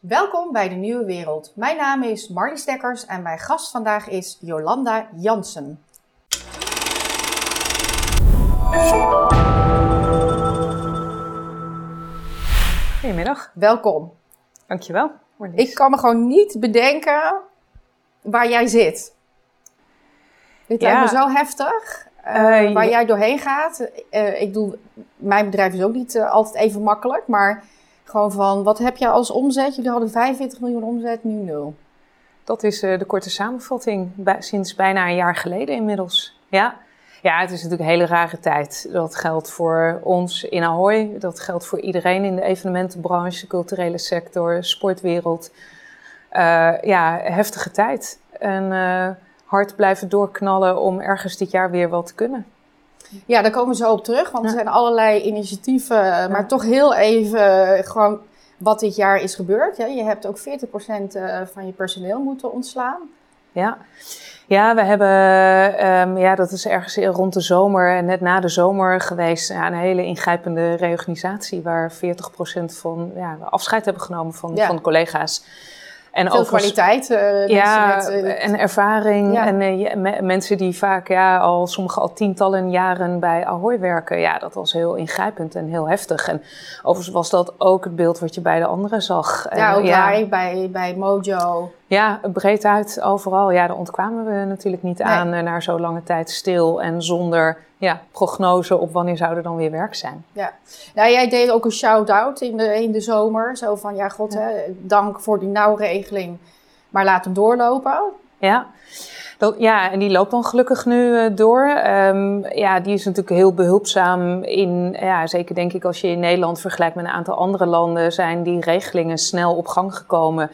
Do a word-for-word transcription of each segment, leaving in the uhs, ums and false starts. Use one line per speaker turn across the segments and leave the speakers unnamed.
Welkom bij de Nieuwe Wereld. Mijn naam is Marlies Dekkers en mijn gast vandaag is Jolanda Jansen.
Goedemiddag.
Welkom.
Dankjewel, Marlies.
Ik kan me gewoon niet bedenken waar jij zit. Dit
Ja.
lijkt me zo heftig. Uh,
Uh,
waar
ja.
jij doorheen gaat. Uh, ik doe, mijn bedrijf is ook niet uh, altijd even makkelijk, maar gewoon van, wat heb je als omzet? Jullie hadden vijfenveertig miljoen omzet, nu nul.
Dat is uh, de korte samenvatting, bij, sinds bijna een jaar geleden inmiddels. Ja. ja, het is natuurlijk een hele rare tijd. Dat geldt voor ons in Ahoy, dat geldt voor iedereen in de evenementenbranche, culturele sector, sportwereld. Uh, ja, heftige tijd. En uh, hard blijven doorknallen om ergens dit jaar weer wat te kunnen.
Ja, daar komen we zo op terug, want
Ja.
er zijn allerlei initiatieven, maar
Ja.
toch heel even gewoon wat dit jaar is gebeurd. Ja, je hebt ook veertig procent van je personeel moeten ontslaan.
Ja, ja we hebben, um, ja, dat is ergens rond de zomer en net na de zomer geweest, ja, een hele ingrijpende reorganisatie waar veertig procent van ja, afscheid hebben genomen van,
Ja.
van collega's. En
Veel
ook als-
kwaliteit. Uh,
Ja,
mensen met, uh,
en ervaring.
Ja.
En uh, ja, me- mensen die vaak ja, al sommige al tientallen jaren bij Ahoy werken. Ja, dat was heel ingrijpend en heel heftig. En overigens was dat ook het beeld wat je bij de anderen zag.
ja,
En,
ook
ja,
wij bij, bij Mojo.
ja, breed uit overal. Ja, daar ontkwamen we natuurlijk niet
Nee.
aan uh, na zo'n lange tijd stil. En zonder ja, prognose op wanneer zou er dan weer werk zijn.
Ja. Nou, jij deed ook een shout-out in de, in de zomer. Zo van, ja god,
Ja.
hè, dank voor die nauwregeling, maar laat hem doorlopen.
Ja. Dat, ja, en die loopt dan gelukkig nu uh, door. Um, ja, die is natuurlijk heel behulpzaam in, ja, zeker denk ik als je in Nederland vergelijkt met een aantal andere landen, zijn die regelingen snel op gang gekomen.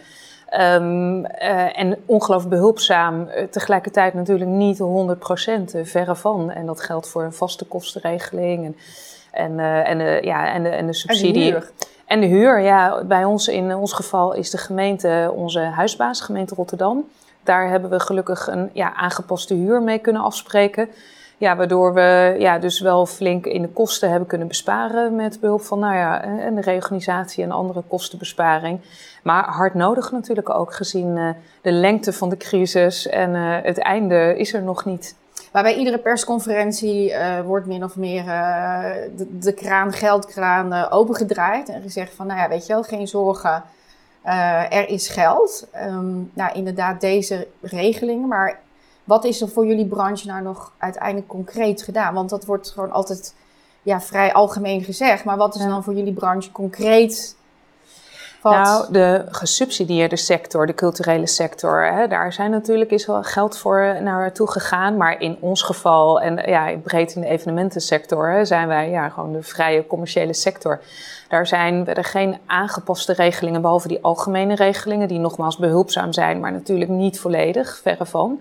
Um, uh, en ongelooflijk behulpzaam, uh, tegelijkertijd natuurlijk niet honderd procent, uh, verre van. En dat geldt voor een vaste kostenregeling en, en, uh, en, uh, ja, en, de, en de subsidie.
En de huur.
En de huur, ja, bij ons in ons geval is de gemeente onze huisbaas, gemeente Rotterdam. Daar hebben we gelukkig een ja, aangepaste huur mee kunnen afspreken. Ja, waardoor we ja, dus wel flink in de kosten hebben kunnen besparen met behulp van nou ja, en de reorganisatie en andere kostenbesparing. Maar hard nodig natuurlijk ook gezien uh, de lengte van de crisis en uh, het einde is er nog niet.
Maar bij iedere persconferentie uh, wordt min of meer uh, de, de kraan, geldkraan uh, opengedraaid. En gezegd van, nou ja, weet je wel, geen zorgen, uh, er is geld. Um, nou, inderdaad deze regelingen. Maar wat is er voor jullie branche nou nog uiteindelijk concreet gedaan? Want dat wordt gewoon altijd ja, vrij algemeen gezegd. Maar wat is
Ja.
dan voor jullie branche concreet? Wat?
Nou, de gesubsidieerde sector, de culturele sector, hè, daar zijn natuurlijk is wel geld voor naartoe gegaan. Maar in ons geval, en ja, breed in de evenementensector, hè, zijn wij ja, gewoon de vrije commerciële sector. Daar zijn er geen aangepaste regelingen, behalve die algemene regelingen, die nogmaals behulpzaam zijn, maar natuurlijk niet volledig, verre van.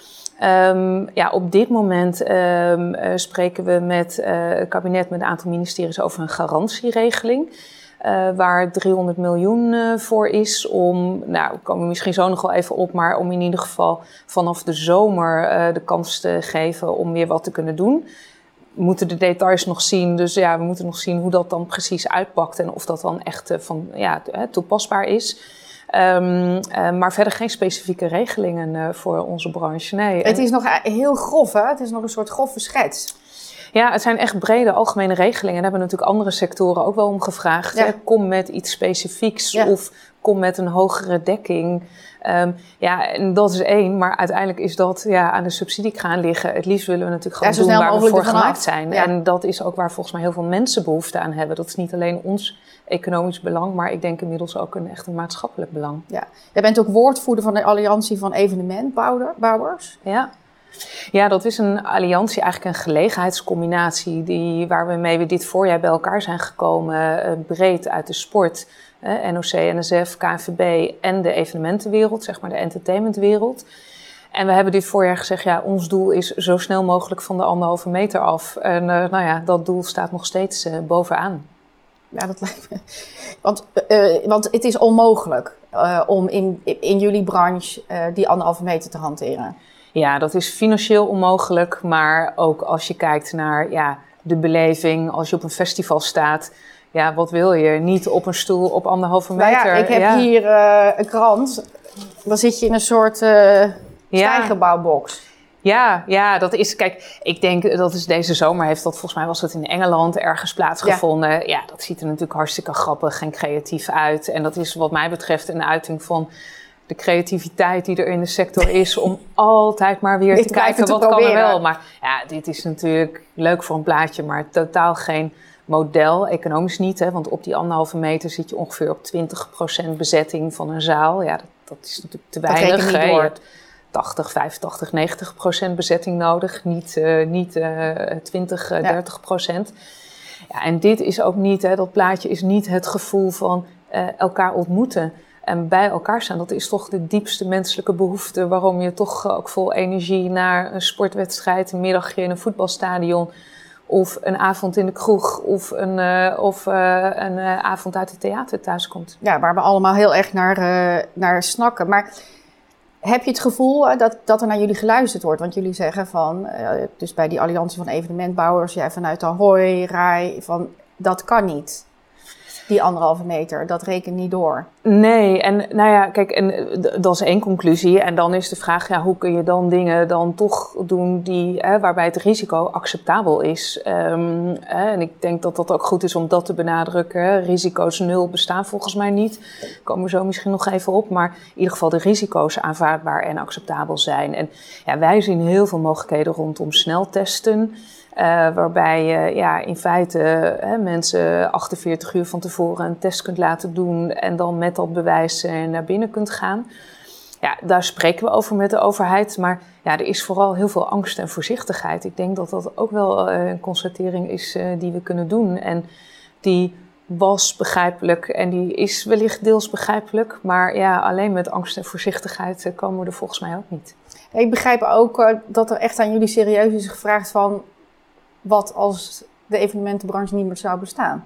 Um, ja, op dit moment um, uh, spreken we met uh, het kabinet, met een aantal ministeries over een garantieregeling. Uh, waar driehonderd miljoen uh, voor is om, nou, daar komen we misschien zo nog wel even op, maar om in ieder geval vanaf de zomer uh, de kans te geven om weer wat te kunnen doen. We moeten de details nog zien, dus ja, we moeten nog zien hoe dat dan precies uitpakt en of dat dan echt uh, van, ja, toepasbaar is. Um, uh, maar verder geen specifieke regelingen uh, voor onze branche. Nee.
Het is nog heel grof, hè? Het is nog een soort grove schets.
Ja, het zijn echt brede algemene regelingen. Daar hebben natuurlijk andere sectoren ook wel om gevraagd.
Ja.
Hè? Kom met iets specifieks
Ja.
of kom met een hogere dekking. Um, ja, en dat is één. Maar uiteindelijk is dat ja, aan de subsidiekraan liggen. Het liefst willen we natuurlijk gewoon
Ja, zo
doen
snel
waar we
mogelijk
voor
ervan
gemaakt
af.
zijn.
Ja.
En dat is ook waar volgens mij heel veel mensen behoefte aan hebben. Dat is niet alleen ons economisch belang, maar ik denk inmiddels ook een echt een maatschappelijk belang.
Ja. Jij bent ook woordvoerder van de Alliantie van Evenementbouwers.
Ja. Ja, dat is een alliantie, eigenlijk een gelegenheidscombinatie die, waarmee we dit voorjaar bij elkaar zijn gekomen, uh, breed uit de sport, uh, N O C, N S F, K N V B en de evenementenwereld, zeg maar de entertainmentwereld. En we hebben dit voorjaar gezegd, ja, ons doel is zo snel mogelijk van de anderhalve meter af. En uh, nou ja, dat doel staat nog steeds uh, bovenaan.
Ja, dat lijkt me. Want, uh, want het is onmogelijk uh, om in, in jullie branche uh, die anderhalve meter te hanteren.
Ja, dat is financieel onmogelijk, maar ook als je kijkt naar ja, de beleving, als je op een festival staat, ja, wat wil je? Niet op een stoel op anderhalve
Nou
meter.
ja, ik heb
ja.
hier uh, een krant. Dan zit je in een soort uh, stijgerbouwbox.
Ja, ja, dat is, kijk, ik denk dat is deze zomer heeft dat, volgens mij was dat in Engeland ergens plaatsgevonden. Ja, ja dat ziet er natuurlijk hartstikke grappig en creatief uit. En dat is wat mij betreft een uiting van de creativiteit die er in de sector is om altijd maar weer te, te kijken wat kan er wel. Maar ja, dit is natuurlijk leuk voor een plaatje, maar totaal geen model, economisch niet. Hè, want op die anderhalve meter zit je ongeveer op twintig procent bezetting van een zaal. Ja, dat, dat is natuurlijk te weinig.
Dat reken niet door.
tachtig, vijfentachtig, negentig procent bezetting nodig, niet, uh, niet uh, twintig, uh, dertig procent. Ja, en dit is ook niet, hè, dat plaatje is niet het gevoel van uh, elkaar ontmoeten en bij elkaar staan. Dat is toch de diepste menselijke behoefte waarom je toch ook vol energie naar een sportwedstrijd, een middagje in een voetbalstadion of een avond in de kroeg of een, uh, of, uh, een uh, avond uit het theater thuis komt.
Ja, waar we allemaal heel erg naar, uh, naar snakken. Maar heb je het gevoel dat, dat er naar jullie geluisterd wordt? Want jullie zeggen van, uh, dus bij die alliantie van evenementbouwers, jij vanuit Ahoy, Rai, van dat kan niet. Die anderhalve meter, dat rekent niet door.
Nee, en nou ja, kijk, en dat is één conclusie. En dan is de vraag, ja, hoe kun je dan dingen dan toch doen die, hè, waarbij het risico acceptabel is? Um, hè, en ik denk dat dat ook goed is om dat te benadrukken. Hè. Risico's nul bestaan volgens mij niet. Daar komen we zo misschien nog even op. Maar in ieder geval de risico's aanvaardbaar en acceptabel zijn. En ja, wij zien heel veel mogelijkheden rondom sneltesten. Uh, waarbij je ja, in feite hè, mensen achtenveertig uur van tevoren een test kunt laten doen en dan met dat bewijs uh, naar binnen kunt gaan. Ja, daar spreken we over met de overheid, maar ja, er is vooral heel veel angst en voorzichtigheid. Ik denk dat dat ook wel uh, een constatering is uh, die we kunnen doen. En die was begrijpelijk en die is wellicht deels begrijpelijk, maar ja, alleen met angst en voorzichtigheid uh, komen we er volgens mij ook niet.
Ik begrijp ook uh, dat er echt aan jullie serieus is gevraagd van, wat als de evenementenbranche niet meer zou bestaan?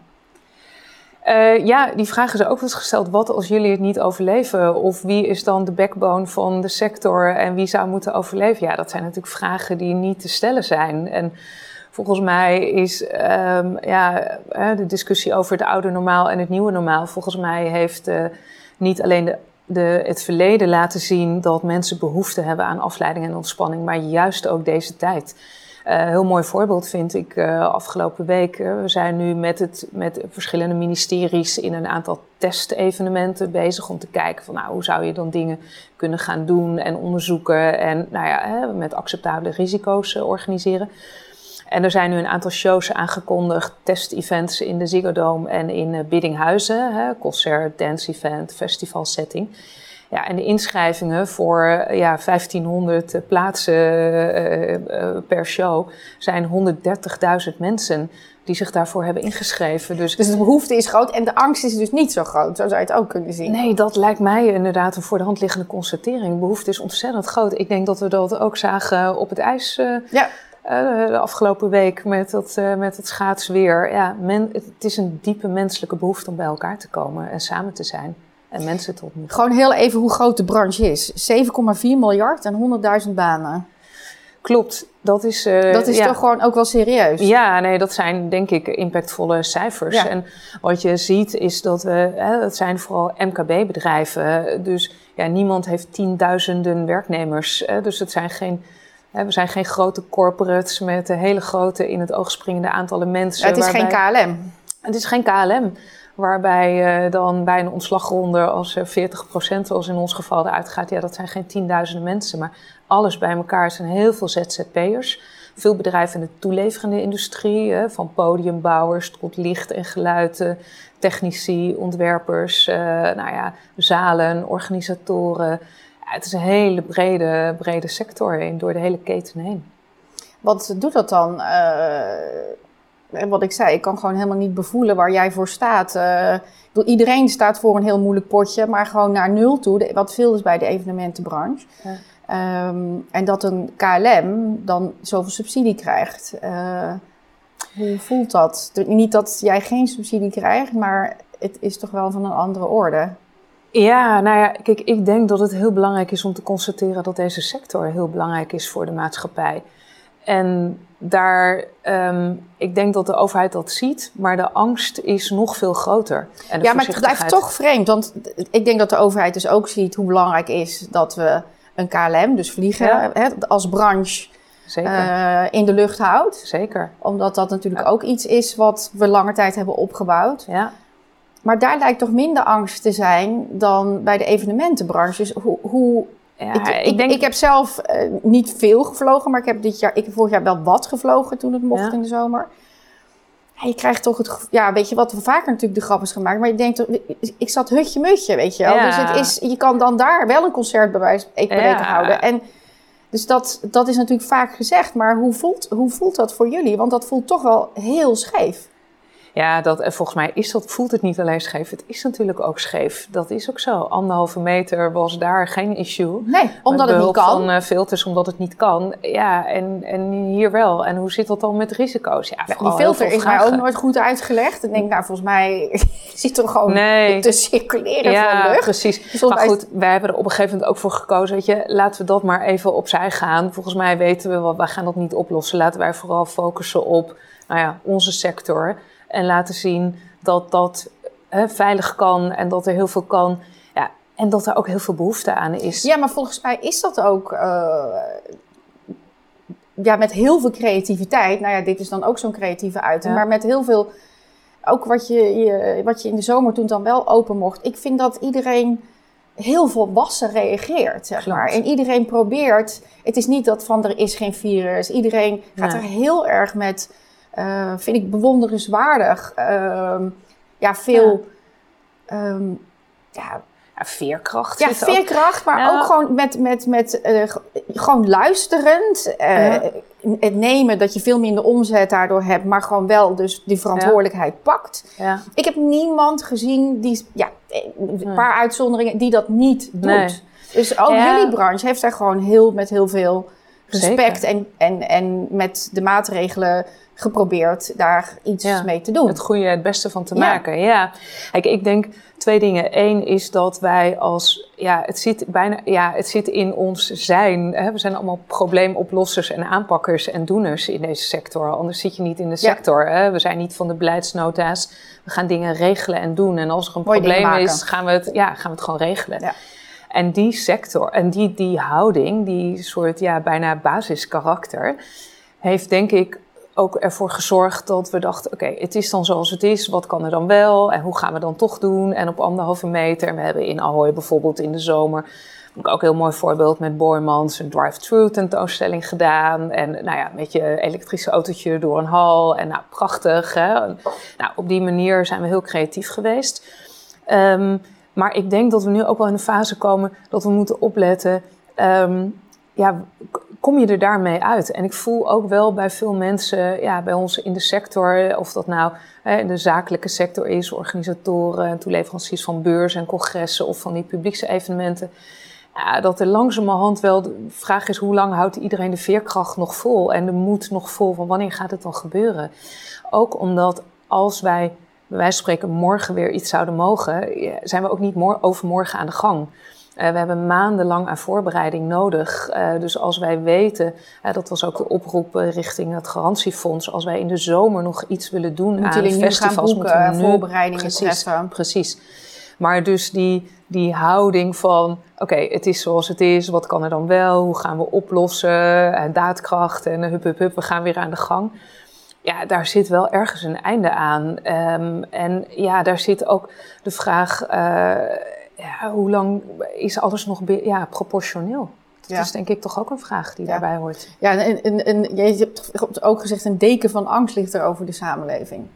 Uh, ja, die vraag is ook wel eens gesteld. Wat als jullie het niet overleven? Of wie is dan de backbone van de sector en wie zou moeten overleven? Ja, dat zijn natuurlijk vragen die niet te stellen zijn. En volgens mij is um, ja, de discussie over het oude normaal en het nieuwe normaal. Volgens mij heeft uh, niet alleen de De, het verleden laten zien dat mensen behoefte hebben aan afleiding en ontspanning, maar juist ook deze tijd. Een uh, heel mooi voorbeeld vind ik uh, afgelopen week. Uh, we zijn nu met, het, met verschillende ministeries in een aantal testevenementen bezig om te kijken van nou, hoe zou je dan dingen kunnen gaan doen en onderzoeken en nou ja, hè, met acceptabele risico's uh, organiseren. En er zijn nu een aantal shows aangekondigd, test-events in de Ziggo Dome en in uh, Biddinghuizen, hè, concert, dance-event, festivalsetting. Ja, en de inschrijvingen voor uh, ja, vijftienhonderd plaatsen uh, uh, per show zijn honderddertigduizend mensen die zich daarvoor hebben ingeschreven. Dus,
dus de behoefte is groot en de angst is dus niet zo groot, zo zou je het ook kunnen zien.
Nee, dat lijkt mij inderdaad een voor de hand liggende constatering. De behoefte is ontzettend groot. Ik denk dat we dat ook zagen op het ijs. Uh, ja. Uh, de afgelopen week met het, uh, met het schaatsweer. Ja, men, het is een diepe menselijke behoefte om bij elkaar te komen en samen te zijn en mensen te ontmoeten.
Gewoon heel even hoe groot de branche is. zeven komma vier miljard en honderdduizend banen.
Klopt. Dat is, uh,
dat is ja. toch gewoon ook wel serieus?
Ja, nee, dat zijn denk ik impactvolle cijfers. Ja. En wat je ziet is dat we, hè, dat zijn vooral M K B-bedrijven. Dus ja, niemand heeft tienduizenden werknemers. Hè, dus het zijn geen... We zijn geen grote corporates met hele grote in het oog springende aantallen mensen.
Ja, het is waarbij, geen K L M.
Het is geen K L M. Waarbij uh, dan bij een ontslagronde als uh, veertig procent zoals in ons geval eruit gaat. Ja, dat zijn geen tienduizenden mensen. Maar alles bij elkaar zijn heel veel Z Z P'ers. Veel bedrijven in de toeleverende industrie. Uh, van podiumbouwers tot licht en geluid. Uh, technici, ontwerpers. Uh, nou ja, zalen, organisatoren. Ja, het is een hele brede, brede sector heen, door de hele keten heen.
Wat doet dat dan? Uh, wat ik zei, ik kan gewoon helemaal niet bevoelen waar jij voor staat. Uh, iedereen staat voor een heel moeilijk potje, maar gewoon naar nul toe. Wat veel is bij de evenementenbranche. Ja. Um, en dat een K L M dan zoveel subsidie krijgt. Uh, hoe voelt dat? Niet dat jij geen subsidie krijgt, maar het is toch wel van een andere orde.
Ja, nou ja, kijk, ik denk dat het heel belangrijk is om te constateren dat deze sector heel belangrijk is voor de maatschappij. En daar, um, ik denk dat de overheid dat ziet, maar de angst is nog veel groter. En de
ja, maar het blijft toch vreemd, want ik denk dat de overheid dus ook ziet hoe belangrijk is dat we een K L M, dus vliegen, ja. hè, als branche uh, in de lucht houdt.
Zeker.
Omdat dat natuurlijk ja. ook iets is wat we lange tijd hebben opgebouwd.
Ja.
Maar daar lijkt toch minder angst te zijn dan bij de evenementenbranche. Dus hoe... hoe
Ja,
ik, ik,
ik, denk...
ik heb zelf uh, niet veel gevlogen, maar ik heb dit jaar, ik heb vorig jaar wel wat gevlogen toen het mocht ja. in de zomer. Ja, je krijgt toch het gevoel, ja, weet je wat, we vaker natuurlijk de grap is gemaakt, maar je denkt, ik zat hutje mutje, weet je wel. Ja. Dus het is, je kan dan daar wel een concert bij wijze van spreken ja. houden. En dus dat, dat is natuurlijk vaak gezegd, maar hoe voelt, hoe voelt dat voor jullie? Want dat voelt toch wel heel scheef.
Ja, dat, volgens mij is dat, voelt het niet alleen scheef. Het is natuurlijk ook scheef. Dat is ook zo. Anderhalve meter was daar geen issue.
Nee, omdat het niet kan.
Van uh, filters, omdat het niet kan. Ja, en, en hier wel. En hoe zit dat dan met risico's? Ja,
ja, die filter is mij ook nooit goed uitgelegd. En denk, nou, volgens mij zit er gewoon nee. te circuleren
ja,
van lucht.
Precies. Dus maar goed, wij hebben er op een gegeven moment ook voor gekozen. Weet je, laten we dat maar even opzij gaan. Volgens mij weten we wat, wij gaan dat niet oplossen. Laten wij vooral focussen op, nou ja, onze sector. En laten zien dat dat hè, veilig kan en dat er heel veel kan. Ja, en dat er ook heel veel behoefte aan is.
Ja, maar volgens mij is dat ook uh, ja, met heel veel creativiteit. Nou ja, dit is dan ook zo'n creatieve uiting. Ja. Maar met heel veel, ook wat je, je, wat je in de zomer toen dan wel open mocht. Ik vind dat iedereen heel volwassen reageert, zeg maar. En iedereen probeert, het is niet dat van er is geen virus. Iedereen gaat ja. er heel erg met... Uh, vind ik bewonderenswaardig. Uh, ja, veel... Ja. Um, ja,
ja, veerkracht.
Ja, veerkracht, ook. maar ja. ook gewoon met, met, met uh, gewoon luisterend. Uh, ja. Het nemen dat je veel minder omzet daardoor hebt, maar gewoon wel dus die verantwoordelijkheid ja. pakt.
Ja.
Ik heb niemand gezien, die, ja, een paar ja. uitzonderingen, die dat niet doet. Nee. Dus ook ja. jullie branche heeft daar gewoon heel, met heel veel respect en, en, en met de maatregelen geprobeerd daar iets ja, mee te doen.
Het goede, het beste van te ja. maken, ja. Kijk, ik denk twee dingen. Eén is dat wij als, ja, het zit bijna, ja, het zit in ons zijn. Hè? We zijn allemaal probleemoplossers en aanpakkers en doeners in deze sector. Anders zit je niet in de sector. Ja. Hè? We zijn niet van de beleidsnota's. We gaan dingen regelen en doen. En als er een Mooi probleem is, gaan we het, ja, gaan we het gewoon regelen. Ja. En die sector en die, die houding, die soort ja, bijna basiskarakter, heeft denk ik ook ervoor gezorgd dat we dachten, oké, okay, het is dan zoals het is, wat kan er dan wel en hoe gaan we dan toch doen? En op anderhalve meter, we hebben in Ahoy bijvoorbeeld in de zomer, ook een heel mooi voorbeeld met Boijmans, een drive-thru tentoonstelling gedaan en nou ja, met je elektrische autootje door een hal en nou, prachtig. Hè? Nou, op die manier zijn we heel creatief geweest. Um, maar ik denk dat we nu ook wel in een fase komen dat we moeten opletten, um, ja, kom je er daarmee uit? En ik voel ook wel bij veel mensen, ja, bij ons in de sector, of dat nou hè, de zakelijke sector is, organisatoren en toeleveranciers van beurzen en congressen of van die publieke evenementen, ja, dat er langzamerhand wel de vraag is, hoe lang houdt iedereen de veerkracht nog vol en de moed nog vol van wanneer gaat het dan gebeuren? Ook omdat als wij, bij wijze van spreken, morgen weer iets zouden mogen, zijn we ook niet mor- overmorgen aan de gang. Uh, we hebben maandenlang aan voorbereiding nodig. Uh, dus als wij weten, uh, dat was ook de oproep uh, richting het garantiefonds, als wij in de zomer nog iets willen doen
moet
aan festivals,
moeten we nu voorbereidingen
precies,
treffen.
Precies. Maar dus die, die houding van, oké, okay, het is zoals het is, wat kan er dan wel, hoe gaan we oplossen, en daadkracht en hup, hup, hup, we gaan weer aan de gang. Ja, daar zit wel ergens een einde aan. Um, en ja, daar zit ook de vraag, uh, ja, hoe lang is alles nog be- ja, proportioneel? Dat ja. is denk ik toch ook een vraag die ja. daarbij hoort.
Ja, en, en, en je hebt ook gezegd, een deken van angst ligt er over de samenleving.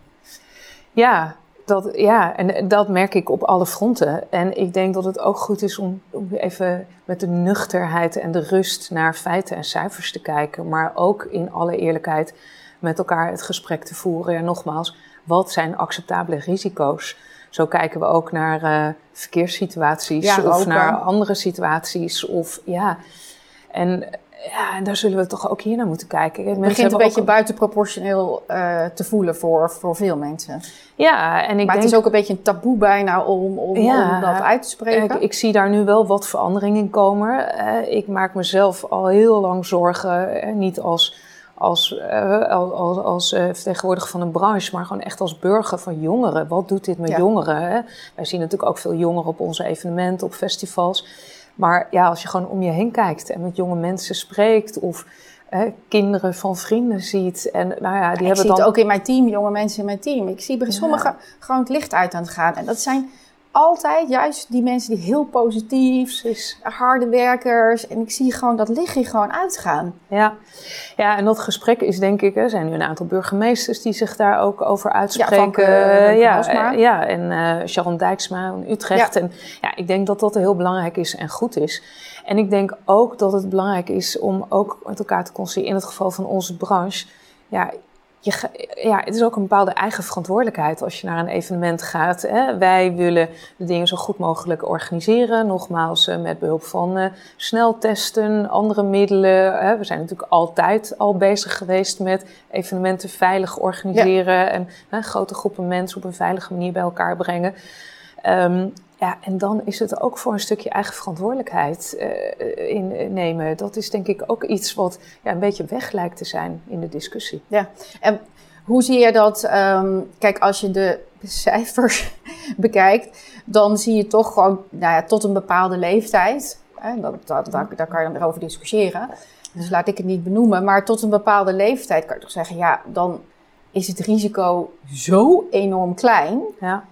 Ja, dat, ja, en dat merk ik op alle fronten. En ik denk dat het ook goed is om, om even met de nuchterheid en de rust naar feiten en cijfers te kijken. Maar ook in alle eerlijkheid met elkaar het gesprek te voeren. Ja, nogmaals, wat zijn acceptabele risico's? Zo kijken we ook naar uh, verkeerssituaties ja, of ook, naar uh, andere situaties. Of, ja. En, ja, en daar zullen we toch ook hier naar moeten kijken.
Het begint een beetje ook buitenproportioneel uh, te voelen voor, voor veel mensen.
Ja, en ik
maar
denk,
het is ook een beetje een taboe bijna om, om, ja, om dat uit te spreken.
Ik, ik zie daar nu wel wat verandering in komen. Uh, ik maak mezelf al heel lang zorgen, uh, niet als... als, uh, als, als uh, vertegenwoordiger van een branche, maar gewoon echt als burger van jongeren. Wat doet dit met ja. jongeren? Hè? Wij zien natuurlijk ook veel jongeren op onze evenementen, op festivals. Maar ja, als je gewoon om je heen kijkt en met jonge mensen spreekt of uh, kinderen van vrienden ziet. En, nou ja, die
ik
hebben
zie
dan...
het ook in mijn team, jonge mensen in mijn team. Ik zie bij ja. sommigen gewoon het licht uit aan het gaan. En dat zijn altijd juist die mensen die heel positief, is, harde werkers. En ik zie gewoon dat lichtje gewoon uitgaan.
Ja. ja, en dat gesprek is denk ik, er zijn nu een aantal burgemeesters die zich daar ook over uitspreken. Ja, Vanke, uh, ja, uh, ja, en uh, Sharon Dijksma in Utrecht. Ja. En ja, ik denk dat dat heel belangrijk is en goed is. En ik denk ook dat het belangrijk is om ook met elkaar te constateren, in het geval van onze branche, ja, Je, ja, het is ook een bepaalde eigen verantwoordelijkheid als je naar een evenement gaat. Hè. Wij willen de dingen zo goed mogelijk organiseren. Nogmaals, uh, met behulp van uh, sneltesten, andere middelen. Hè. We zijn natuurlijk altijd al bezig geweest met evenementen veilig organiseren. Ja. En hè, grote groepen mensen op een veilige manier bij elkaar brengen. Um, Ja, en dan is het ook voor een stukje eigen verantwoordelijkheid uh, innemen. Dat is denk ik ook iets wat ja, een beetje weg lijkt te zijn in de discussie.
Ja, en hoe zie je dat? Um, kijk, als je de cijfers bekijkt, dan zie je toch gewoon nou ja, tot een bepaalde leeftijd. Hè, dat, dat, daar, daar kan je dan weer over discussiëren. Dus laat ik het niet benoemen. Maar tot een bepaalde leeftijd kan je toch zeggen, ja, dan is het risico zo enorm klein. Ja.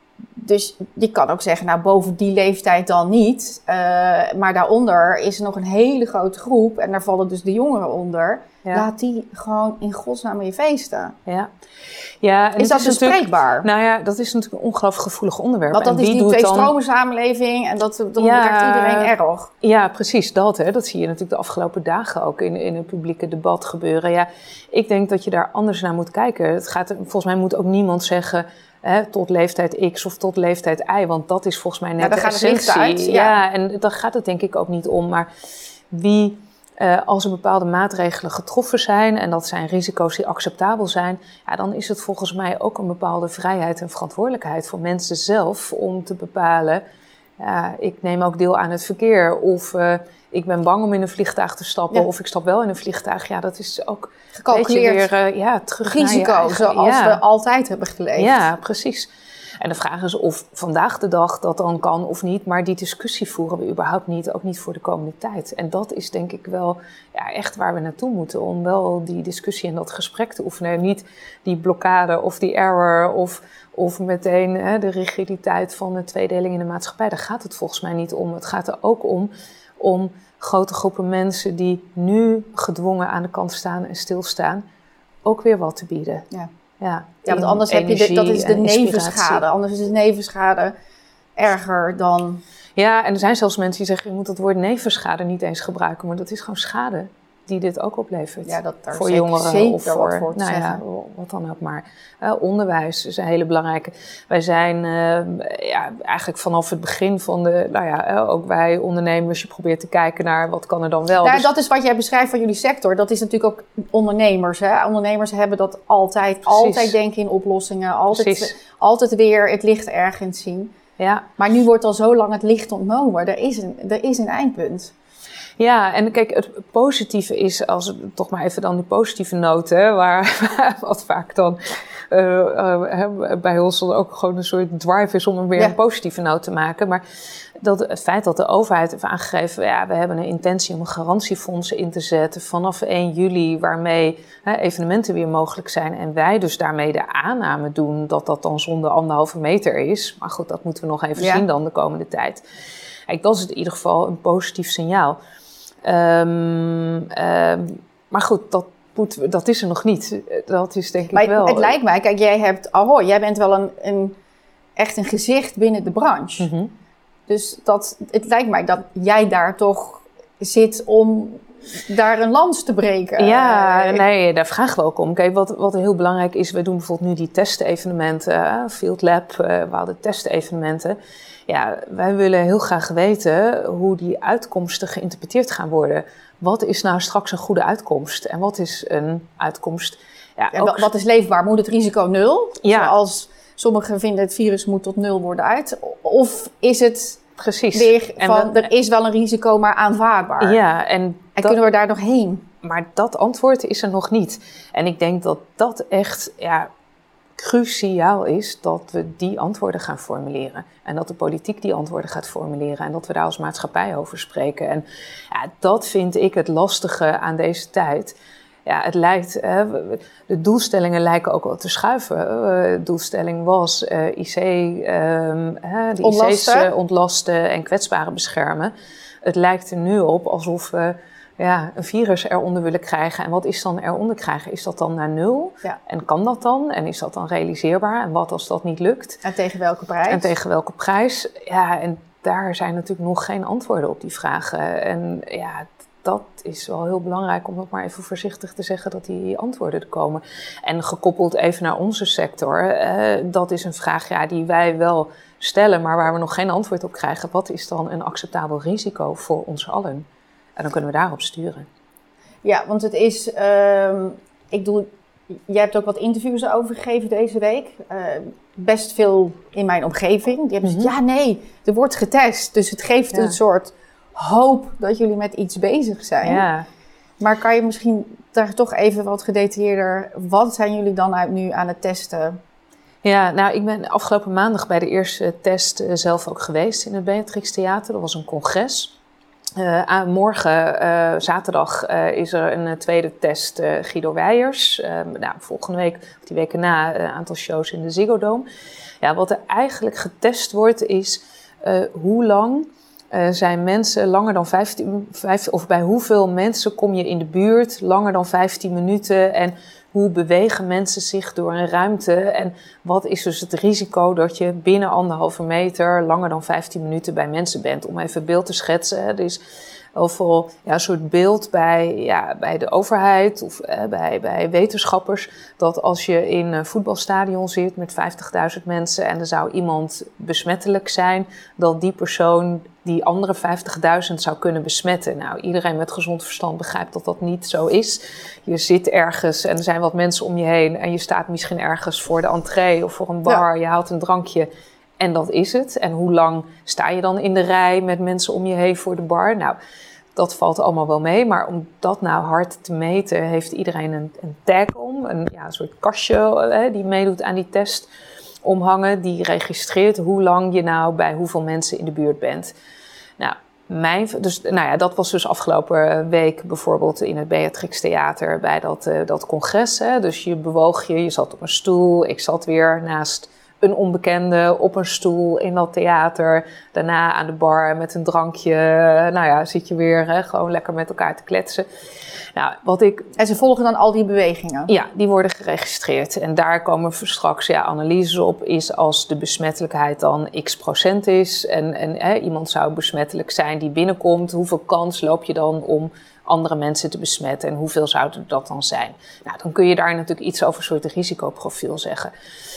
Dus je kan ook zeggen, nou boven die leeftijd dan niet. Uh, maar daaronder is er nog een hele grote groep. En daar vallen dus de jongeren onder. Ja. Laat die gewoon in godsnaam weer feesten.
Ja. Ja, en
is dat bespreekbaar?
Nou ja, dat is natuurlijk een ongelooflijk gevoelig onderwerp.
Want dat
en
is
wie
die
doet
twee-stromen samenleving. En dat, dat
ja,
raakt iedereen erg.
Ja, precies dat. Hè. Dat zie je natuurlijk de afgelopen dagen ook in, in het publieke debat gebeuren. Ja, ik denk dat je daar anders naar moet kijken. Het gaat, volgens mij moet ook niemand zeggen, Hè, tot leeftijd X of tot leeftijd Y, want dat is volgens mij net ja, de essentie. Uit, ja. ja, en daar gaat het denk ik ook niet om. Maar wie, uh, als er bepaalde maatregelen getroffen zijn en dat zijn risico's die acceptabel zijn, ja, dan is het volgens mij ook een bepaalde vrijheid en verantwoordelijkheid voor mensen zelf om te bepalen, ja, ik neem ook deel aan het verkeer of uh, ik ben bang om in een vliegtuig te stappen ja. of ik stap wel in een vliegtuig. Ja, dat is ook
gecalculeerd
weer uh, ja, terug
risico,
naar je eigen,
zoals
ja.
we altijd hebben geleefd.
Ja, precies. En de vraag is of vandaag de dag dat dan kan of niet, maar die discussie voeren we überhaupt niet, ook niet voor de komende tijd. En dat is denk ik wel ja, echt waar we naartoe moeten, om wel die discussie en dat gesprek te oefenen. Niet die blokkade of die error of, of meteen hè, de rigiditeit van de tweedeling in de maatschappij. Daar gaat het volgens mij niet om. Het gaat er ook om, om grote groepen mensen die nu gedwongen aan de kant staan en stilstaan, ook weer wat te bieden.
Ja.
Ja,
ja, want anders heb je de, dat is de nevenschade. Anders is de nevenschade erger dan.
Ja, en er zijn zelfs mensen die zeggen, je moet dat woord nevenschade niet eens gebruiken, maar dat is gewoon schade die dit ook oplevert.
Ja, dat daar
voor
zeker,
jongeren
zeker
of voor,
voor
nou
zeggen.
ja, wat dan ook maar. Uh, onderwijs is een hele belangrijke. Wij zijn uh, ja, eigenlijk vanaf het begin van de, nou ja, uh, ook wij ondernemers, je probeert te kijken naar wat kan er dan wel.
Ja,
dus...
dat is wat jij beschrijft van jullie sector. Dat is natuurlijk ook ondernemers. Hè? Ondernemers hebben dat altijd, Precies. altijd denken in oplossingen, altijd, altijd weer het licht ergens zien.
Ja.
Maar nu wordt al zo lang het licht ontnomen. Er is een, er is een eindpunt.
Ja, en kijk, het positieve is, als we toch maar even dan die positieve noten, waar wat vaak dan uh, uh, bij ons dan ook gewoon een soort drive is om een weer ja. een positieve noot te maken. Maar dat het feit dat de overheid heeft aangegeven, ja, we hebben een intentie om een garantiefonds in te zetten vanaf één juli, waarmee hè, evenementen weer mogelijk zijn. En wij dus daarmee de aanname doen dat dat dan zonder anderhalve meter is. Maar goed, dat moeten we nog even ja. zien dan de komende tijd. Kijk, dat is in ieder geval een positief signaal. Um, um, maar goed, dat, moet, dat is er nog niet. Dat is denk
maar
ik wel.
Het lijkt mij, kijk, jij hebt Ahoy, jij bent wel een, een echt een gezicht binnen de branche.
Mm-hmm.
Dus dat, het lijkt mij dat jij daar toch zit om daar een lans te breken.
Ja, nee, daar vragen we ook om. Kijk, wat, wat heel belangrijk is, we doen bijvoorbeeld nu die testevenementen, Field Lab, we hadden testevenementen. Ja, wij willen heel graag weten hoe die uitkomsten geïnterpreteerd gaan worden. Wat is nou straks een goede uitkomst? En wat is een uitkomst? Ja,
ja,
ook...
Wat is leefbaar? Moet het risico nul?
Ja.
Zoals sommigen vinden het virus moet tot nul worden uit. Of is het
Precies.
weer van,
en we...
er is wel een risico, maar aanvaardbaar?
Ja, en,
en
dat...
kunnen we daar nog heen?
maar dat antwoord is er nog niet. En ik denk dat dat echt ja, cruciaal is dat we die antwoorden gaan formuleren. En dat de politiek die antwoorden gaat formuleren. En dat we daar als maatschappij over spreken. En ja, dat vind ik het lastige aan deze tijd. Ja, het lijkt, hè, de doelstellingen lijken ook wel te schuiven. De doelstelling was uh, I C, um, de I C's uh, ontlasten en kwetsbaren beschermen. Het lijkt er nu op alsof we ja, een virus eronder willen krijgen. En wat is dan eronder krijgen? Is dat dan naar nul?
Ja.
En kan dat dan? En is dat dan realiseerbaar? En wat als dat niet lukt?
En tegen welke prijs?
En tegen welke prijs? Ja, en daar zijn natuurlijk nog geen antwoorden op die vragen. En ja, dat is wel heel belangrijk om dat maar even voorzichtig te zeggen dat die antwoorden er komen. En gekoppeld even naar onze sector, eh, dat is een vraag ja, die wij wel stellen, maar waar we nog geen antwoord op krijgen. Wat is dan een acceptabel risico voor ons allen? En dan kunnen we daarop sturen.
Ja, want het is, uh, ik doe, jij hebt ook wat interviews over gegeven deze week. Uh, best veel in mijn omgeving. Die hebben gezegd, mm-hmm. ja nee, er wordt getest. Dus het geeft ja. een soort hoop dat jullie met iets bezig zijn.
Ja.
Maar kan je misschien daar toch even wat gedetailleerder, wat zijn jullie dan uit nu aan het testen?
Ja, nou ik ben afgelopen maandag bij de eerste test uh, zelf ook geweest in het Beatrix Theater. Dat was een congres. Uh, aan morgen, uh, zaterdag, uh, is er een uh, tweede test uh, Guido Weijers. Uh, nou, volgende week, of die weken na, een uh, aantal shows in de Ziggo Dome. Ja, wat er eigenlijk getest wordt is uh, hoe lang uh, zijn mensen langer dan vijftien, vijftien... of bij hoeveel mensen kom je in de buurt langer dan vijftien minuten... en hoe bewegen mensen zich door een ruimte en wat is dus het risico dat je binnen anderhalve meter langer dan vijftien minuten bij mensen bent. Om even beeld te schetsen. Er is overal ja, een soort beeld bij, ja, bij de overheid of eh, bij, bij wetenschappers dat als je in een voetbalstadion zit met vijftigduizend mensen en er zou iemand besmettelijk zijn, dat die persoon die andere vijftigduizend zou kunnen besmetten. Nou, iedereen met gezond verstand begrijpt dat dat niet zo is. Je zit ergens en er zijn wat mensen om je heen en je staat misschien ergens voor de entree of voor een bar. Ja. Je haalt een drankje en dat is het. En hoe lang sta je dan in de rij met mensen om je heen voor de bar? Nou, dat valt allemaal wel mee. Maar om dat nou hard te meten, heeft iedereen een, een tag om. Een, ja, een soort kastje hè, die meedoet aan die test omhangen. Die registreert hoe lang je nou bij hoeveel mensen in de buurt bent. Nou, mijn, dus, nou ja, dat was dus afgelopen week bijvoorbeeld in het Beatrix Theater bij dat, uh, dat congres. Hè. Dus je bewoog je, je zat op een stoel. Ik zat weer naast een onbekende op een stoel in dat theater. Daarna aan de bar met een drankje. Nou ja, zit je weer hè, gewoon lekker met elkaar te kletsen. Nou, wat ik...
En ze volgen dan al die bewegingen?
Ja, die worden geregistreerd. En daar komen straks ja, analyses op. Is als de besmettelijkheid dan x procent is. En, en hè, iemand zou besmettelijk zijn die binnenkomt. Hoeveel kans loop je dan om andere mensen te besmetten? En hoeveel zou dat dan zijn? Nou, dan kun je daar natuurlijk iets over een soort risicoprofiel zeggen.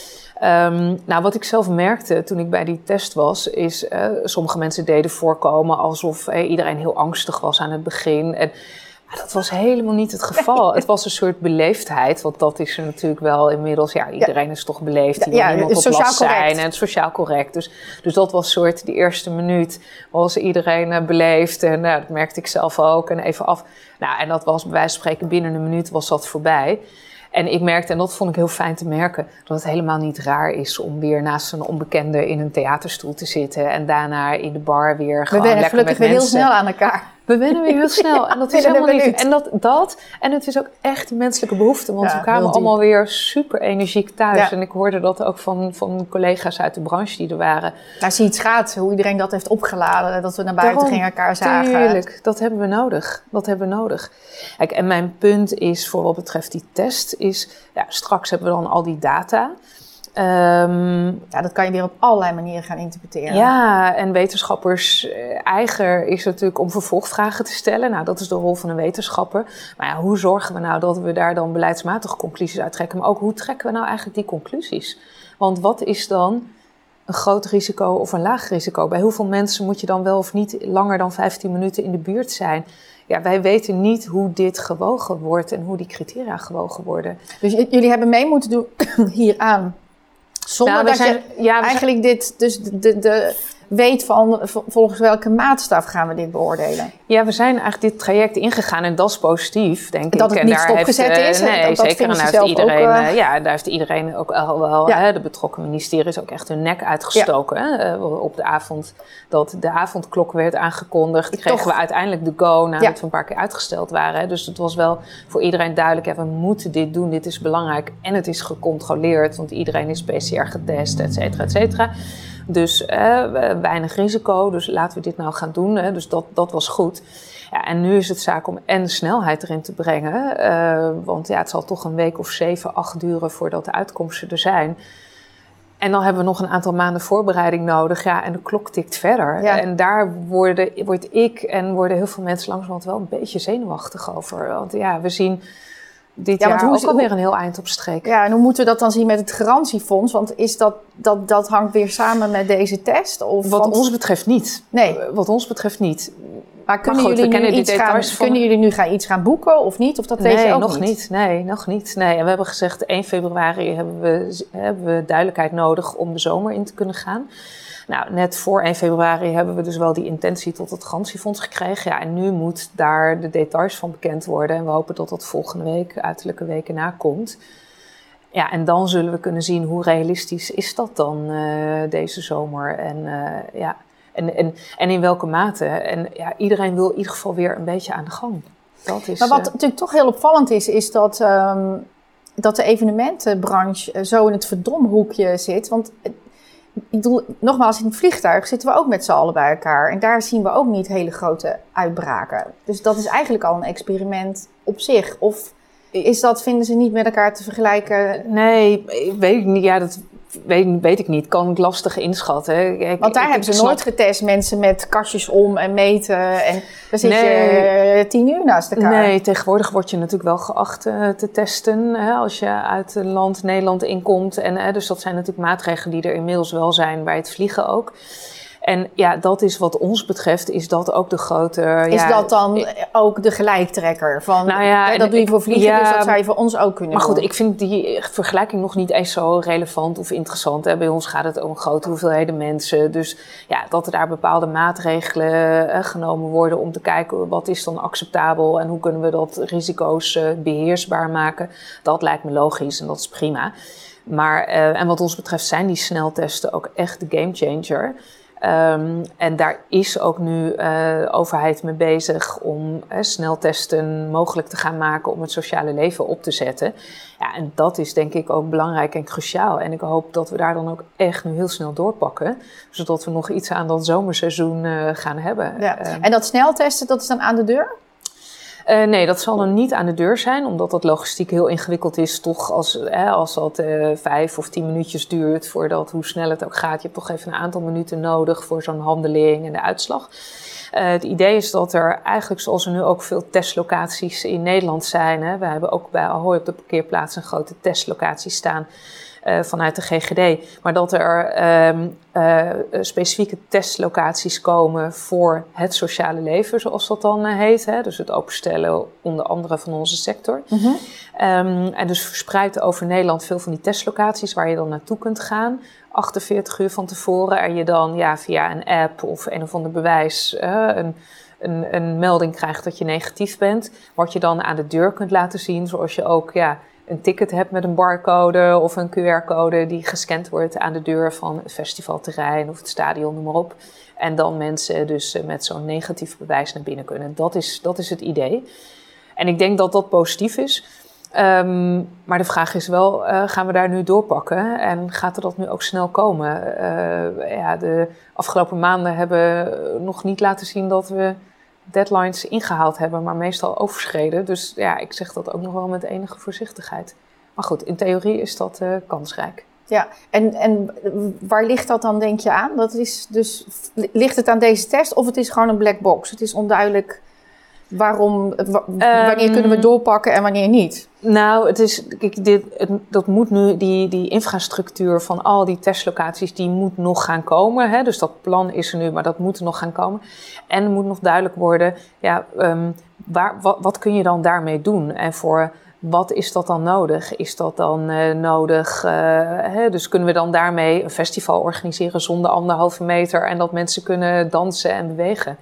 Um, nou, wat ik zelf merkte toen ik bij die test was, is uh, sommige mensen deden voorkomen alsof uh, iedereen heel angstig was aan het begin. En maar dat was helemaal niet het geval. Nee. Het was een soort beleefdheid, want dat is er natuurlijk wel inmiddels. Ja, iedereen ja. is toch beleefd, die ja, wil niemand op last zijn en sociaal correct. Dus, dus dat was soort, die eerste minuut was iedereen uh, beleefd en uh, dat merkte ik zelf ook en even af. Nou, en dat was bij wijze van spreken binnen een minuut was dat voorbij. En ik merkte, en dat vond ik heel fijn te merken, dat het helemaal niet raar is om weer naast een onbekende in een theaterstoel te zitten en daarna in de bar weer gewoon lekker met mensen. We wennen
gelukkig weer heel snel aan elkaar.
We wennen weer heel snel en dat is helemaal niet. En dat, dat, en het is ook echt die menselijke behoefte, want ja, we kwamen allemaal weer super energiek thuis. Ja. En ik hoorde dat ook van, van collega's uit de branche die er waren.
Nou, zie je het schaatsen, hoe iedereen dat heeft opgeladen, dat we naar buiten Daarom, gingen elkaar zagen.
Tuurlijk, dat hebben we nodig. Dat hebben we nodig. Kijk, en mijn punt is, voor wat betreft die test, is ja, straks hebben we dan al die data. Um,
ja, dat kan je weer op allerlei manieren gaan interpreteren.
Ja, en wetenschappers eigen is natuurlijk om vervolgvragen te stellen. Nou, dat is de rol van een wetenschapper. Maar ja, hoe zorgen we nou dat we daar dan beleidsmatige conclusies uit trekken? Maar ook, hoe trekken we nou eigenlijk die conclusies? Want wat is dan een groot risico of een laag risico? Bij hoeveel mensen moet je dan wel of niet langer dan vijftien minuten in de buurt zijn? Ja, wij weten niet hoe dit gewogen wordt en hoe die criteria gewogen worden.
Dus j- jullie hebben mee moeten doen hieraan. Zonder nou, dat zijn, je ja, eigenlijk zijn... dit, dus de, de, de weet van volgens welke maatstaf gaan we dit beoordelen.
Ja, we zijn eigenlijk dit traject ingegaan en dat is positief, denk ik.
Dat het
en
niet
daar
stopgezet
heeft,
is.
Nee,
dat, dat
zeker. En daar heeft iedereen, ook, uh... ja, daar heeft iedereen ook al wel, ja. hè, de betrokken ministeries ook echt hun nek uitgestoken. Ja. Hè, op de avond dat de avondklok werd aangekondigd, die kregen Toch. we uiteindelijk de go nadat ja. we een paar keer uitgesteld waren. Hè. Dus het was wel voor iedereen duidelijk, ja, we moeten dit doen, dit is belangrijk en het is gecontroleerd, want iedereen is P C R getest, et cetera, et cetera. Dus uh, weinig risico, dus laten we dit nou gaan doen. Hè. Dus dat, dat was goed. Ja, en nu is het zaak om en snelheid erin te brengen. Uh, want ja, het zal toch een week of zeven, acht duren voordat de uitkomsten er zijn. En dan hebben we nog een aantal maanden voorbereiding nodig. Ja, en de klok tikt verder. Ja. En daar worden, word ik en worden heel veel mensen langzamerhand wel een beetje zenuwachtig over. Want ja, we zien dit ja, jaar hoe, ook alweer een heel eind op streek.
Ja, en hoe moeten we dat dan zien met het garantiefonds? Want is dat, dat, dat hangt weer samen met deze test? Of
Wat
want...
ons betreft niet.
Nee.
Wat ons betreft niet.
Maar kunnen, maar goed, jullie, nu iets gaan, van... kunnen jullie nu gaan iets gaan boeken of niet? Of dat weet
nee,
je ook
nog
niet?
niet? Nee, nog niet. Nee, en we hebben gezegd één februari hebben we, hebben we duidelijkheid nodig om de zomer in te kunnen gaan. Nou, net voor één februari hebben we dus wel die intentie tot het garantiefonds gekregen. Ja, en nu moet daar de details van bekend worden. En we hopen dat dat volgende week, uiterlijke weken na, komt. Ja, en dan zullen we kunnen zien hoe realistisch is dat dan uh, deze zomer. En uh, ja... En, en, en in welke mate. En ja, iedereen wil in ieder geval weer een beetje aan de gang. Dat is,
maar wat
uh...
natuurlijk toch heel opvallend is, is dat, um, dat de evenementenbranche zo in het verdomhoekje zit. Want ik bedoel, nogmaals, in het vliegtuig zitten we ook met z'n allen bij elkaar. En daar zien we ook niet hele grote uitbraken. Dus dat is eigenlijk al een experiment op zich. Of is dat, vinden ze niet met elkaar te vergelijken?
Nee, weet ik niet. Ja, dat... Weet, weet ik niet, kan ik lastig inschatten. Ik,
Want daar ik, hebben ze snap... nooit getest, mensen met kastjes om en meten. En dan zit nee. je tien uur naast elkaar.
Nee, tegenwoordig word je natuurlijk wel geacht uh, te testen hè, als je uit een land Nederland inkomt. En, uh, dus dat zijn natuurlijk maatregelen die er inmiddels wel zijn bij het vliegen ook. En ja, dat is wat ons betreft, is dat ook de grote...
Is
ja,
dat dan ook de gelijktrekker? Van,
nou ja,
hè, dat doe je voor vliegen, ja, dus dat zou je voor ons ook kunnen
maar
doen.
Maar goed, ik vind die vergelijking nog niet eens zo relevant of interessant. Hè. Bij ons gaat het om grote hoeveelheden mensen. Dus ja, dat er daar bepaalde maatregelen eh, genomen worden om te kijken wat is dan acceptabel en hoe kunnen we dat risico's uh, beheersbaar maken. Dat lijkt me logisch en dat is prima. Maar, uh, en wat ons betreft zijn die sneltesten ook echt de gamechanger. Um, en daar is ook nu uh, de overheid mee bezig om uh, sneltesten mogelijk te gaan maken om het sociale leven op te zetten. Ja, en dat is denk ik ook belangrijk en cruciaal. En ik hoop dat we daar dan ook echt nu heel snel doorpakken, zodat we nog iets aan dat zomerseizoen uh, gaan hebben.
Ja. Uh, en dat sneltesten, dat is dan aan de deur?
Uh, nee, dat zal dan niet aan de deur zijn, omdat dat logistiek heel ingewikkeld is. Toch als, hè, als dat uh, vijf of tien minuutjes duurt voordat, hoe snel het ook gaat. Je hebt toch even een aantal minuten nodig voor zo'n handeling en de uitslag. Uh, het idee is dat er eigenlijk, zoals er nu ook veel testlocaties in Nederland zijn. Hè, we hebben ook bij Ahoy op de parkeerplaats een grote testlocatie staan. Uh, vanuit de G G D, maar dat er um, uh, specifieke testlocaties komen voor het sociale leven, zoals dat dan uh, heet. Hè? Dus het openstellen onder andere van onze sector. Mm-hmm. Um, en dus verspreid over Nederland veel van die testlocaties waar je dan naartoe kunt gaan. achtenveertig uur van tevoren en je dan ja, via een app of een of ander bewijs uh, een, een, een melding krijgt dat je negatief bent. Wat je dan aan de deur kunt laten zien, zoals je ook... ja, een ticket hebt met een barcode of een Q R-code die gescand wordt aan de deur van het festivalterrein of het stadion, noem maar op. En dan mensen dus met zo'n negatief bewijs naar binnen kunnen. Dat is, dat is het idee. En ik denk dat dat positief is. Um, maar de vraag is wel, uh, gaan we daar nu doorpakken? En gaat er dat nu ook snel komen? Uh, ja, de afgelopen maanden hebben nog niet laten zien dat we deadlines ingehaald hebben, maar meestal overschreden. Dus ja, ik zeg dat ook nog wel met enige voorzichtigheid. Maar goed, in theorie is dat uh, kansrijk.
Ja, en, en waar ligt dat dan, denk je, aan? Dat is dus, ligt het aan deze test of het is gewoon een black box? Het is onduidelijk waarom, w- wanneer um, kunnen we doorpakken en wanneer niet?
Nou, het is, kijk, dit, het, dat moet nu, die, die infrastructuur van al die testlocaties, die moet nog gaan komen. Hè? Dus dat plan is er nu, maar dat moet nog gaan komen. En er moet nog duidelijk worden, ja, um, waar, wat, wat kun je dan daarmee doen? En voor wat is dat dan nodig? Is dat dan uh, nodig? Uh, hè? Dus kunnen we dan daarmee een festival organiseren zonder anderhalve meter en dat mensen kunnen dansen en bewegen?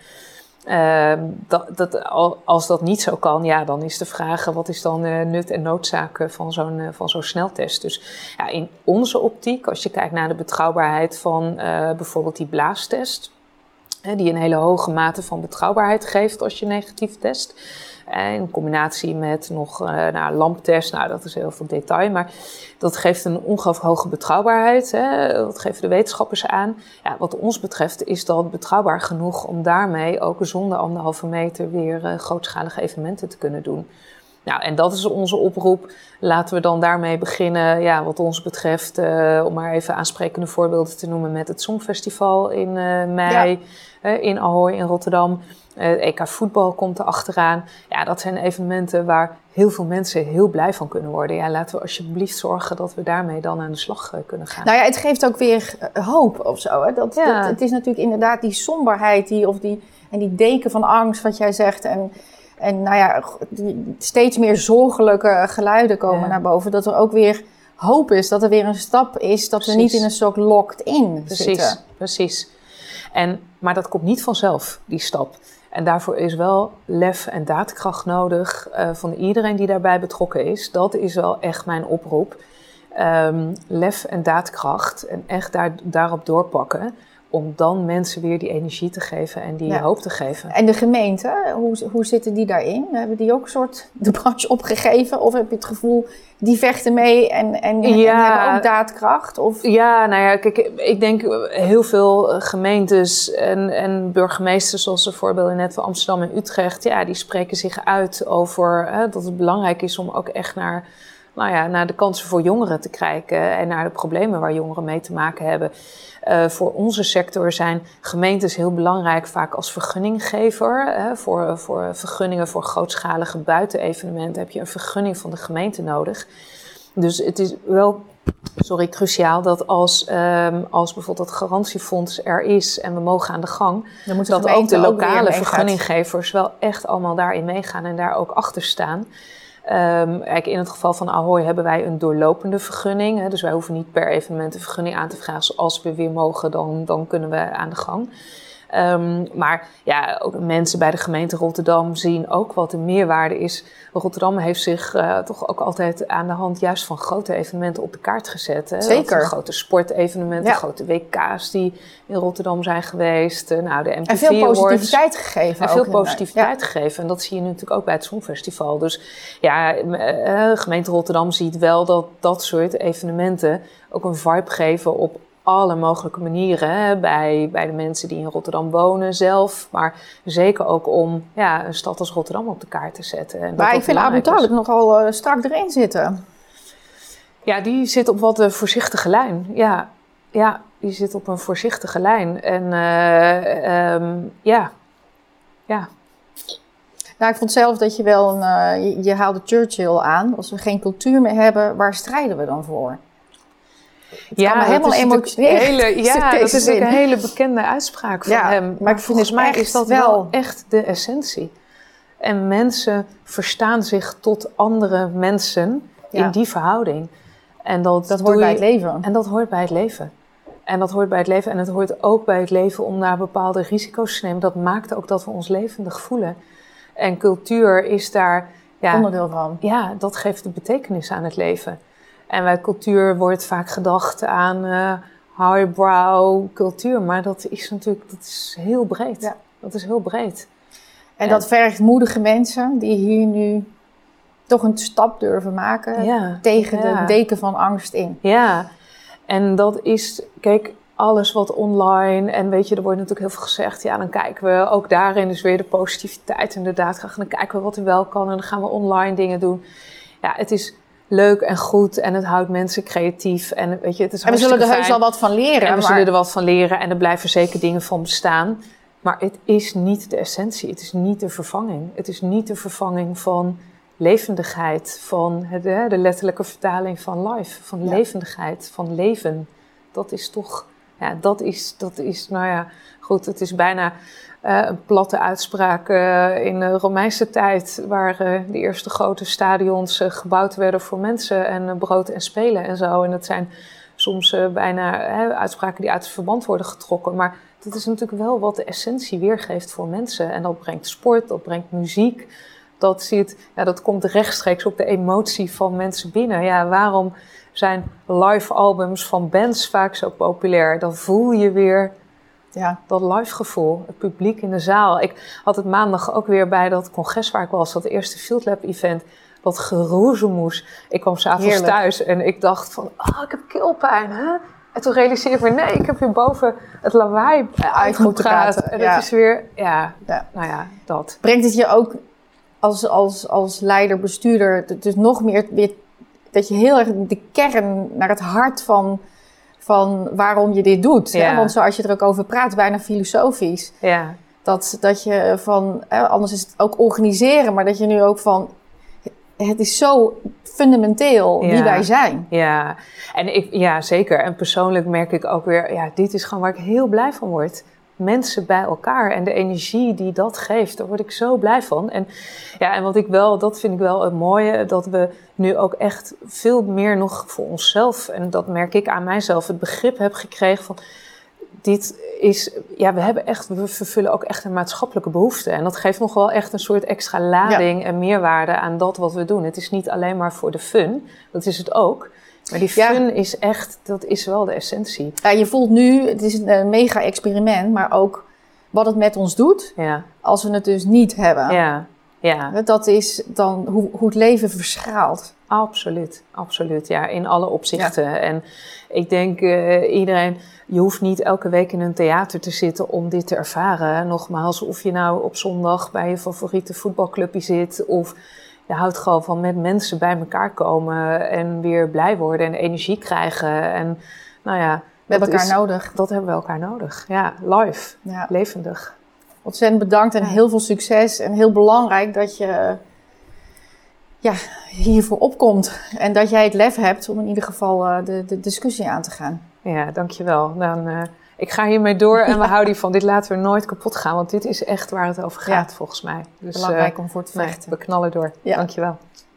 Uh, dat, dat, als dat niet zo kan, ja, dan is de vraag, wat is dan uh, nut en noodzaak van zo'n, uh, van zo'n sneltest? Dus ja, in onze optiek, als je kijkt naar de betrouwbaarheid van uh, bijvoorbeeld die blaastest, hè, die een hele hoge mate van betrouwbaarheid geeft als je negatief test. In combinatie met nog uh, nou, lamptest, nou dat is heel veel detail, maar dat geeft een ongelooflijk hoge betrouwbaarheid. Hè? Dat geven de wetenschappers aan. Ja, wat ons betreft is dat betrouwbaar genoeg om daarmee ook zonder anderhalve meter weer uh, grootschalige evenementen te kunnen doen. Nou, en dat is onze oproep. Laten we dan daarmee beginnen, ja, wat ons betreft, uh, om maar even aansprekende voorbeelden te noemen met het Songfestival in uh, mei, ja. uh, in Ahoy in Rotterdam. Uh, E K voetbal komt er achteraan. Ja, dat zijn evenementen waar heel veel mensen heel blij van kunnen worden. Ja, laten we alsjeblieft zorgen dat we daarmee dan aan de slag uh, kunnen gaan.
Nou ja, het geeft ook weer uh, hoop of zo. Hè? Dat,
ja.
dat, het is natuurlijk inderdaad die somberheid die, of die, en die deken van angst, wat jij zegt. En, en nou ja, steeds meer zorgelijke geluiden komen ja. naar boven. Dat er ook weer hoop is, dat er weer een stap is, dat precies. we niet in een soort locked-in
precies,
zitten.
Precies, en maar dat komt niet vanzelf, die stap. En daarvoor is wel lef en daadkracht nodig uh, van iedereen die daarbij betrokken is. Dat is wel echt mijn oproep. Um, lef en daadkracht en echt daar, daarop doorpakken. Om dan mensen weer die energie te geven en die ja. hoop te geven.
En de gemeente, hoe, hoe zitten die daarin? Hebben die ook een soort de branche opgegeven? Of heb je het gevoel, die vechten mee en, en, ja. en hebben ook daadkracht? Of?
Ja, nou ja, kijk, ik denk heel veel gemeentes en, en burgemeesters, zoals de voorbeelden net van Amsterdam en Utrecht, ja, die spreken zich uit over hè, dat het belangrijk is om ook echt naar, nou ja, naar de kansen voor jongeren te kijken en naar de problemen waar jongeren mee te maken hebben. Uh, voor onze sector zijn gemeentes heel belangrijk, vaak als vergunninggever. Hè, voor, voor vergunningen voor grootschalige buitenevenementen heb je een vergunning van de gemeente nodig. Dus het is wel sorry, cruciaal dat als, um, als bijvoorbeeld het garantiefonds er is en we mogen aan de gang,
dan moet de
dat ook de lokale
ook
vergunninggevers wel echt allemaal daarin meegaan en daar ook achter staan. Um, kijk, in het geval van Ahoy hebben wij een doorlopende vergunning. Hè, dus wij hoeven niet per evenement een vergunning aan te vragen. Dus als we weer mogen, dan, dan kunnen we aan de gang. Um, maar ja, ook mensen bij de gemeente Rotterdam zien ook wat de meerwaarde is. Rotterdam heeft zich uh, toch ook altijd aan de hand juist van grote evenementen op de kaart gezet. Hè?
Zeker.
Dat grote sportevenementen, ja. grote W K's die in Rotterdam zijn geweest. Uh, nou, de M T V
en veel
Awards.
positiviteit gegeven.
En veel positiviteit ja. gegeven. En dat zie je natuurlijk ook bij het Songfestival. Dus ja, uh, gemeente Rotterdam ziet wel dat dat soort evenementen ook een vibe geven op alle mogelijke manieren, hè, bij, bij de mensen die in Rotterdam wonen zelf, maar zeker ook om ja, een stad als Rotterdam op de kaart te zetten. En
maar ik vind Abu Talib nogal uh, strak erin zitten.
Ja, die zit op wat een voorzichtige lijn. Ja, ja, die zit op een voorzichtige lijn. En uh, um, ja, ja.
Nou, ik vond zelf dat je wel een, uh, je, je haalde Churchill aan. Als we geen cultuur meer hebben, waar strijden we dan voor? Het
ja, dat helemaal emotioneel.
Hele,
ja, dat is ook een hele bekende uitspraak van
ja,
hem. Maar,
maar ik
volgens mij is dat wel, wel echt de essentie. En mensen verstaan zich tot andere mensen ja. in die verhouding. En dat
dat hoort
je,
bij het leven.
En dat hoort bij het leven. En dat hoort bij het leven. En het hoort ook bij het leven om naar bepaalde risico's te nemen. Dat maakt ook dat we ons levendig voelen. En cultuur is daar
ja, onderdeel van.
Ja, dat geeft de betekenis aan het leven. En bij cultuur wordt vaak gedacht aan uh, highbrow cultuur. Maar dat is natuurlijk dat is heel breed. Ja. Dat is heel breed.
En, en dat vergt moedige mensen die hier nu toch een stap durven maken ja. tegen ja. de deken van angst in.
Ja, en dat is, kijk, alles wat online, en weet je, er wordt natuurlijk heel veel gezegd, ja, dan kijken we ook daarin dus weer de positiviteit en de daadkracht. En dan kijken we wat er wel kan en dan gaan we online dingen doen. Ja, het is leuk en goed en het houdt mensen creatief en weet je, het is
en we zullen er heus wel wat van leren.
En we
maar...
zullen er wat van leren en er blijven zeker dingen van bestaan. Maar het is niet de essentie, het is niet de vervanging. Het is niet de vervanging van levendigheid, van de, de letterlijke vertaling van life, van ja. levendigheid, van leven. Dat is toch, ja, dat is, dat is, nou ja, goed, het is bijna Uh, een platte uitspraak uh, in de Romeinse tijd, waar uh, de eerste grote stadions uh, gebouwd werden voor mensen en uh, brood en spelen en zo. En dat zijn soms uh, bijna uh, uitspraken die uit het verband worden getrokken. Maar dat is natuurlijk wel wat de essentie weergeeft voor mensen. En dat brengt sport, dat brengt muziek. Dat, zit, ja, dat komt rechtstreeks op de emotie van mensen binnen. Ja, waarom zijn live albums van bands vaak zo populair? Dan voel je weer ja, dat live gevoel, het publiek in de zaal. Ik had het maandag ook weer bij dat congres waar ik was, dat eerste Field Lab event, dat geroezemoes. Ik kwam 's avonds thuis en ik dacht van, oh, ik heb keelpijn, hè? En toen realiseerde ik me, nee, ik heb hier boven het lawaai uitgepraat. En dat ja. is weer, ja, ja, nou ja, dat.
Brengt het je ook als, als, als leider, bestuurder, dus nog meer weer, dat je heel erg de kern naar het hart van, van waarom je dit doet. Ja. Hè? Want zoals je er ook over praat, bijna filosofisch.
Ja.
Dat, dat je van, hè, anders is het ook organiseren, maar dat je nu ook van, het is zo fundamenteel ja. wie wij zijn.
Ja, en ik, ja, zeker. En persoonlijk merk ik ook weer, ja, dit is gewoon waar ik heel blij van word. Mensen bij elkaar en de energie die dat geeft, daar word ik zo blij van. En, ja, en wat ik wel, dat vind ik wel het mooie, dat we nu ook echt veel meer nog voor onszelf, en dat merk ik aan mijzelf, het begrip heb gekregen van, dit is, ja, we hebben echt, we vervullen ook echt een maatschappelijke behoefte. En dat geeft nog wel echt een soort extra lading ja. en meerwaarde aan dat wat we doen. Het is niet alleen maar voor de fun, dat is het ook. Maar die fun ja. is echt, dat is wel de essentie.
Ja, je voelt nu, het is een mega experiment, maar ook wat het met ons doet
ja.
als we het dus niet hebben.
Ja. Ja.
Dat is dan hoe, hoe het leven verschaalt.
Absoluut, absoluut. Ja, in alle opzichten. Ja. En ik denk uh, iedereen, je hoeft niet elke week in een theater te zitten om dit te ervaren. Nogmaals, of je nou op zondag bij je favoriete voetbalclubje zit, of je houdt gewoon van met mensen bij elkaar komen en weer blij worden en energie krijgen. En nou ja,
we hebben elkaar is, nodig.
Dat hebben we elkaar nodig. Ja, live, ja. levendig.
Ontzettend bedankt en ja. heel veel succes. En heel belangrijk dat je ja, hiervoor opkomt. En dat jij het lef hebt om in ieder geval uh, de, de discussie aan te gaan.
Ja, dankjewel. Dan, uh, ik ga hiermee door en ja. we houden hiervan. Dit laten we nooit kapot gaan, want dit is echt waar het over gaat ja. volgens mij. Dus,
belangrijk uh, om voor te vechten.
Nee, we knallen door. Ja. Dankjewel.